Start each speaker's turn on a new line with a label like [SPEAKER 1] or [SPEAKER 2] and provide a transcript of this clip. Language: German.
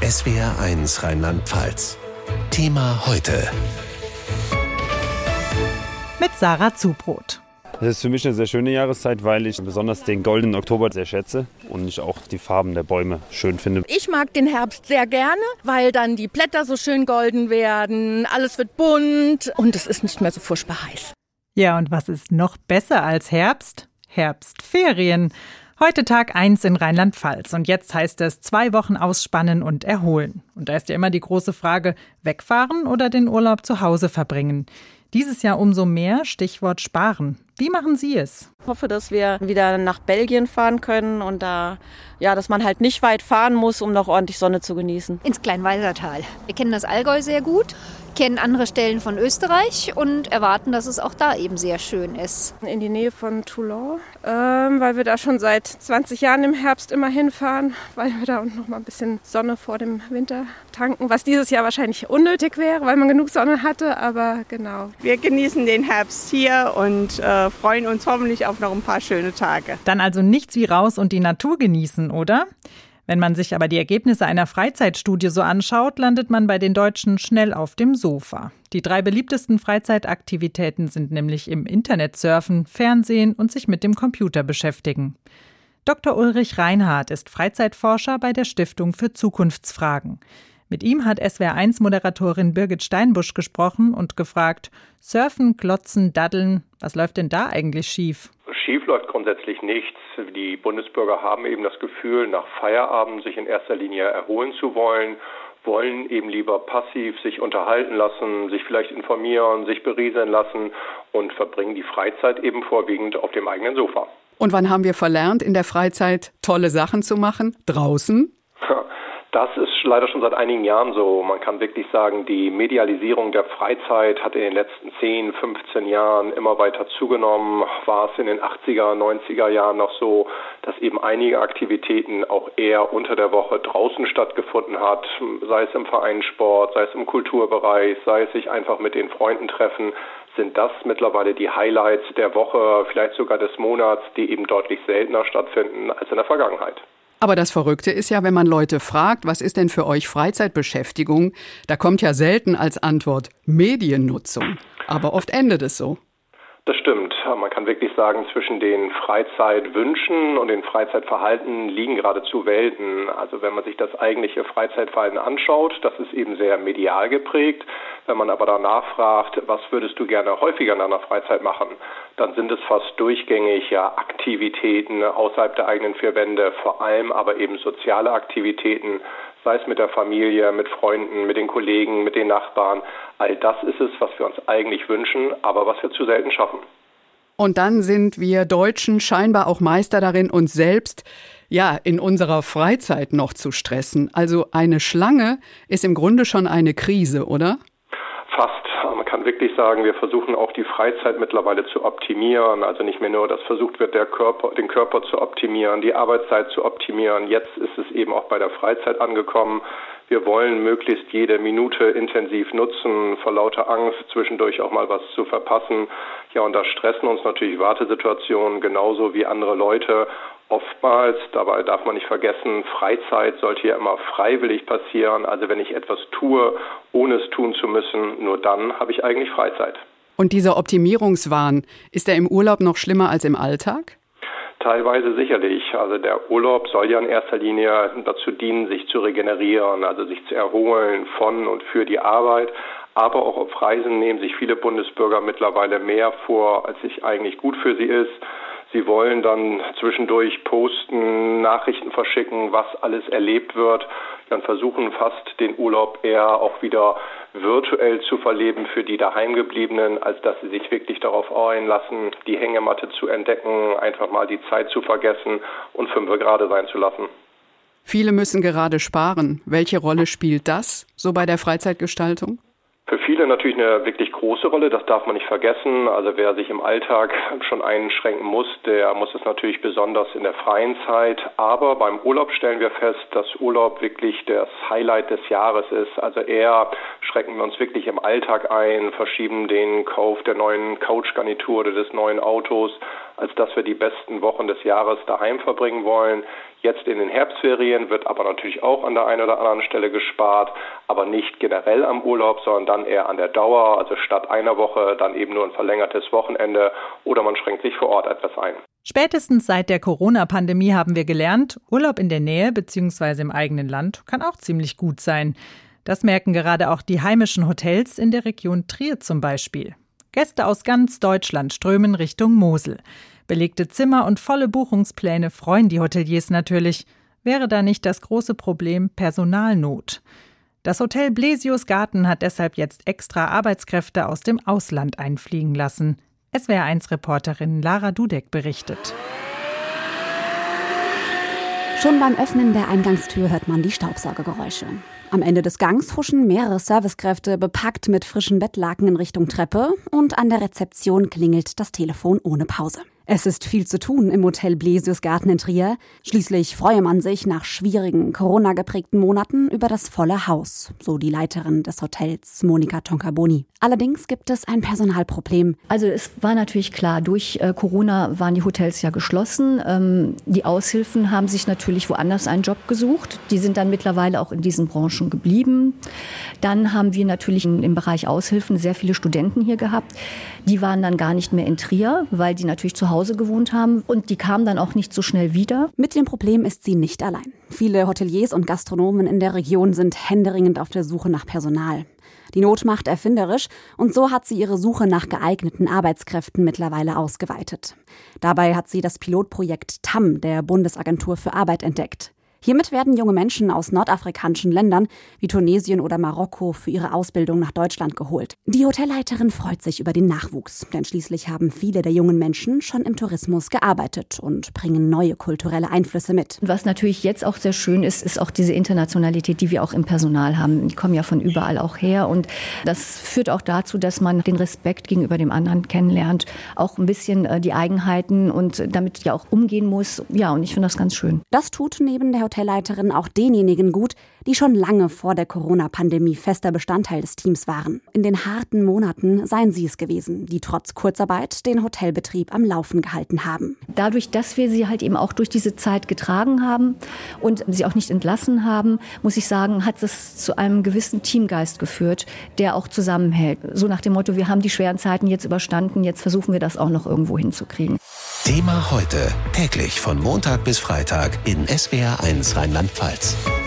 [SPEAKER 1] SWR1 Rheinland-Pfalz. Thema heute.
[SPEAKER 2] Mit Sarah Zubrot.
[SPEAKER 3] Das ist für mich eine sehr schöne Jahreszeit, weil ich besonders den goldenen Oktober sehr schätze und ich auch die Farben der Bäume schön finde.
[SPEAKER 4] Ich mag den Herbst sehr gerne, weil dann die Blätter so schön golden werden, alles wird bunt und es ist nicht mehr so furchtbar heiß.
[SPEAKER 2] Ja, und was ist noch besser als Herbst? Herbstferien. Heute Tag 1 in Rheinland-Pfalz und jetzt heißt es 2 Wochen ausspannen und erholen. Und da ist ja immer die große Frage, wegfahren oder den Urlaub zu Hause verbringen? Dieses Jahr umso mehr, Stichwort Sparen. Wie machen Sie es?
[SPEAKER 5] Ich hoffe, dass wir wieder nach Belgien fahren können und dass man halt nicht weit fahren muss, um noch ordentlich Sonne zu genießen.
[SPEAKER 6] Ins Kleinwalsertal. Wir kennen das Allgäu sehr gut, kennen andere Stellen von Österreich und erwarten, dass es auch da eben sehr schön ist.
[SPEAKER 7] In die Nähe von Toulon, weil wir da schon seit 20 Jahren im Herbst immer hinfahren, weil wir da noch mal ein bisschen Sonne vor dem Winter tanken, was dieses Jahr wahrscheinlich unnötig wäre, weil man genug Sonne hatte, aber genau.
[SPEAKER 8] Wir genießen den Herbst hier und freuen uns hoffentlich auf noch ein paar schöne Tage.
[SPEAKER 2] Dann also nichts wie raus und die Natur genießen, oder? Wenn man sich aber die Ergebnisse einer Freizeitstudie so anschaut, landet man bei den Deutschen schnell auf dem Sofa. Die 3 beliebtesten Freizeitaktivitäten sind nämlich im Internet surfen, Fernsehen und sich mit dem Computer beschäftigen. Dr. Ulrich Reinhardt ist Freizeitforscher bei der Stiftung für Zukunftsfragen. Mit ihm hat SWR1-Moderatorin Birgit Steinbusch gesprochen und gefragt, surfen, glotzen, daddeln, was läuft denn da eigentlich schief?
[SPEAKER 9] Schief läuft grundsätzlich nichts. Die Bundesbürger haben eben das Gefühl, nach Feierabend sich in erster Linie erholen zu wollen eben lieber passiv sich unterhalten lassen, sich vielleicht informieren, sich berieseln lassen und verbringen die Freizeit eben vorwiegend auf dem eigenen Sofa.
[SPEAKER 10] Und wann haben wir verlernt, in der Freizeit tolle Sachen zu machen? Draußen?
[SPEAKER 9] Das ist leider schon seit einigen Jahren so. Man kann wirklich sagen, die Medialisierung der Freizeit hat in den letzten 10, 15 Jahren immer weiter zugenommen. War es in den 80er, 90er Jahren noch so, dass eben einige Aktivitäten auch eher unter der Woche draußen stattgefunden hat, sei es im Vereinssport, sei es im Kulturbereich, sei es sich einfach mit den Freunden treffen, sind das mittlerweile die Highlights der Woche, vielleicht sogar des Monats, die eben deutlich seltener stattfinden als in der Vergangenheit.
[SPEAKER 10] Aber das Verrückte ist ja, wenn man Leute fragt, was ist denn für euch Freizeitbeschäftigung, da kommt ja selten als Antwort Mediennutzung. Aber oft endet es so.
[SPEAKER 9] Das stimmt. Man kann wirklich sagen, zwischen den Freizeitwünschen und den Freizeitverhalten liegen geradezu Welten. Also wenn man sich das eigentliche Freizeitverhalten anschaut, das ist eben sehr medial geprägt. Wenn man aber danach fragt, was würdest du gerne häufiger in deiner Freizeit machen, dann sind es fast durchgängig Aktivitäten außerhalb der eigenen 4 Wände, vor allem aber eben soziale Aktivitäten, sei es mit der Familie, mit Freunden, mit den Kollegen, mit den Nachbarn. All das ist es, was wir uns eigentlich wünschen, aber was wir zu selten schaffen.
[SPEAKER 10] Und dann sind wir Deutschen scheinbar auch Meister darin, uns selbst in unserer Freizeit noch zu stressen. Also eine Schlange ist im Grunde schon eine Krise, oder?
[SPEAKER 9] Fast. Man kann wirklich sagen, wir versuchen auch die Freizeit mittlerweile zu optimieren. Also nicht mehr nur, dass versucht wird, den Körper zu optimieren, die Arbeitszeit zu optimieren. Jetzt ist es eben auch bei der Freizeit angekommen. Wir wollen möglichst jede Minute intensiv nutzen, vor lauter Angst zwischendurch auch mal was zu verpassen. Ja, und da stressen uns natürlich Wartesituationen genauso wie andere Leute. Oftmals, dabei darf man nicht vergessen, Freizeit sollte ja immer freiwillig passieren. Also wenn ich etwas tue, ohne es tun zu müssen, nur dann habe ich eigentlich Freizeit.
[SPEAKER 10] Und dieser Optimierungswahn, ist er im Urlaub noch schlimmer als im Alltag?
[SPEAKER 9] Teilweise sicherlich. Also der Urlaub soll ja in erster Linie dazu dienen, sich zu regenerieren, also sich zu erholen von und für die Arbeit. Aber auch auf Reisen nehmen sich viele Bundesbürger mittlerweile mehr vor, als sich eigentlich gut für sie ist. Sie wollen dann zwischendurch posten, Nachrichten verschicken, was alles erlebt wird. Dann versuchen fast den Urlaub eher auch wieder virtuell zu verleben für die Daheimgebliebenen, als dass sie sich wirklich darauf einlassen, die Hängematte zu entdecken, einfach mal die Zeit zu vergessen und 5 gerade sein zu lassen.
[SPEAKER 10] Viele müssen gerade sparen. Welche Rolle spielt das so bei der Freizeitgestaltung?
[SPEAKER 9] Für viele natürlich eine wirklich große Rolle, das darf man nicht vergessen. Also wer sich im Alltag schon einschränken muss, der muss es natürlich besonders in der freien Zeit. Aber beim Urlaub stellen wir fest, dass Urlaub wirklich das Highlight des Jahres ist. Also eher schrecken wir uns wirklich im Alltag ein, verschieben den Kauf der neuen Couchgarnitur oder des neuen Autos, als dass wir die besten Wochen des Jahres daheim verbringen wollen. Jetzt in den Herbstferien wird aber natürlich auch an der einen oder anderen Stelle gespart, aber nicht generell am Urlaub, sondern dann eher an der Dauer, also statt einer Woche dann eben nur ein verlängertes Wochenende oder man schränkt sich vor Ort etwas ein.
[SPEAKER 2] Spätestens seit der Corona-Pandemie haben wir gelernt, Urlaub in der Nähe bzw. im eigenen Land kann auch ziemlich gut sein. Das merken gerade auch die heimischen Hotels in der Region Trier zum Beispiel. Gäste aus ganz Deutschland strömen Richtung Mosel. Belegte Zimmer und volle Buchungspläne freuen die Hoteliers natürlich. Wäre da nicht das große Problem Personalnot? Das Hotel Blesius Garten hat deshalb jetzt extra Arbeitskräfte aus dem Ausland einfliegen lassen. SWR1-Reporterin Lara Dudek berichtet.
[SPEAKER 11] Schon beim Öffnen der Eingangstür hört man die Staubsaugergeräusche. Am Ende des Gangs huschen mehrere Servicekräfte bepackt mit frischen Bettlaken in Richtung Treppe und an der Rezeption klingelt das Telefon ohne Pause. Es ist viel zu tun im Hotel Blesius Garten in Trier. Schließlich freue man sich nach schwierigen, Corona-geprägten Monaten über das volle Haus, so die Leiterin des Hotels, Monika Toncaboni. Allerdings gibt es ein Personalproblem.
[SPEAKER 12] Also es war natürlich klar, durch Corona waren die Hotels ja geschlossen. Die Aushilfen haben sich natürlich woanders einen Job gesucht. Die sind dann mittlerweile auch in diesen Branchen geblieben. Dann haben wir natürlich im Bereich Aushilfen sehr viele Studenten hier gehabt. Die waren dann gar nicht mehr in Trier, weil die natürlich zu Hause gewohnt haben und die kamen dann auch nicht so schnell wieder.
[SPEAKER 11] Mit dem Problem ist sie nicht allein. Viele Hoteliers und Gastronomen in der Region sind händeringend auf der Suche nach Personal. Die Not macht erfinderisch und so hat sie ihre Suche nach geeigneten Arbeitskräften mittlerweile ausgeweitet. Dabei hat sie das Pilotprojekt TAM der Bundesagentur für Arbeit entdeckt. Hiermit werden junge Menschen aus nordafrikanischen Ländern wie Tunesien oder Marokko für ihre Ausbildung nach Deutschland geholt. Die Hotelleiterin freut sich über den Nachwuchs, denn schließlich haben viele der jungen Menschen schon im Tourismus gearbeitet und bringen neue kulturelle Einflüsse mit.
[SPEAKER 12] Was natürlich jetzt auch sehr schön ist, ist auch diese Internationalität, die wir auch im Personal haben. Die kommen ja von überall auch her und das führt auch dazu, dass man den Respekt gegenüber dem anderen kennenlernt, auch ein bisschen die Eigenheiten und damit ja auch umgehen muss. Ja, und ich finde das ganz schön.
[SPEAKER 11] Das tut neben der Hotelleiterin auch denjenigen gut, die schon lange vor der Corona-Pandemie fester Bestandteil des Teams waren. In den harten Monaten seien sie es gewesen, die trotz Kurzarbeit den Hotelbetrieb am Laufen gehalten haben.
[SPEAKER 12] Dadurch, dass wir sie halt eben auch durch diese Zeit getragen haben und sie auch nicht entlassen haben, muss ich sagen, hat es zu einem gewissen Teamgeist geführt, der auch zusammenhält. So nach dem Motto, wir haben die schweren Zeiten jetzt überstanden, jetzt versuchen wir das auch noch irgendwo hinzukriegen.
[SPEAKER 1] Thema heute, täglich von Montag bis Freitag in SWR1 Rheinland-Pfalz.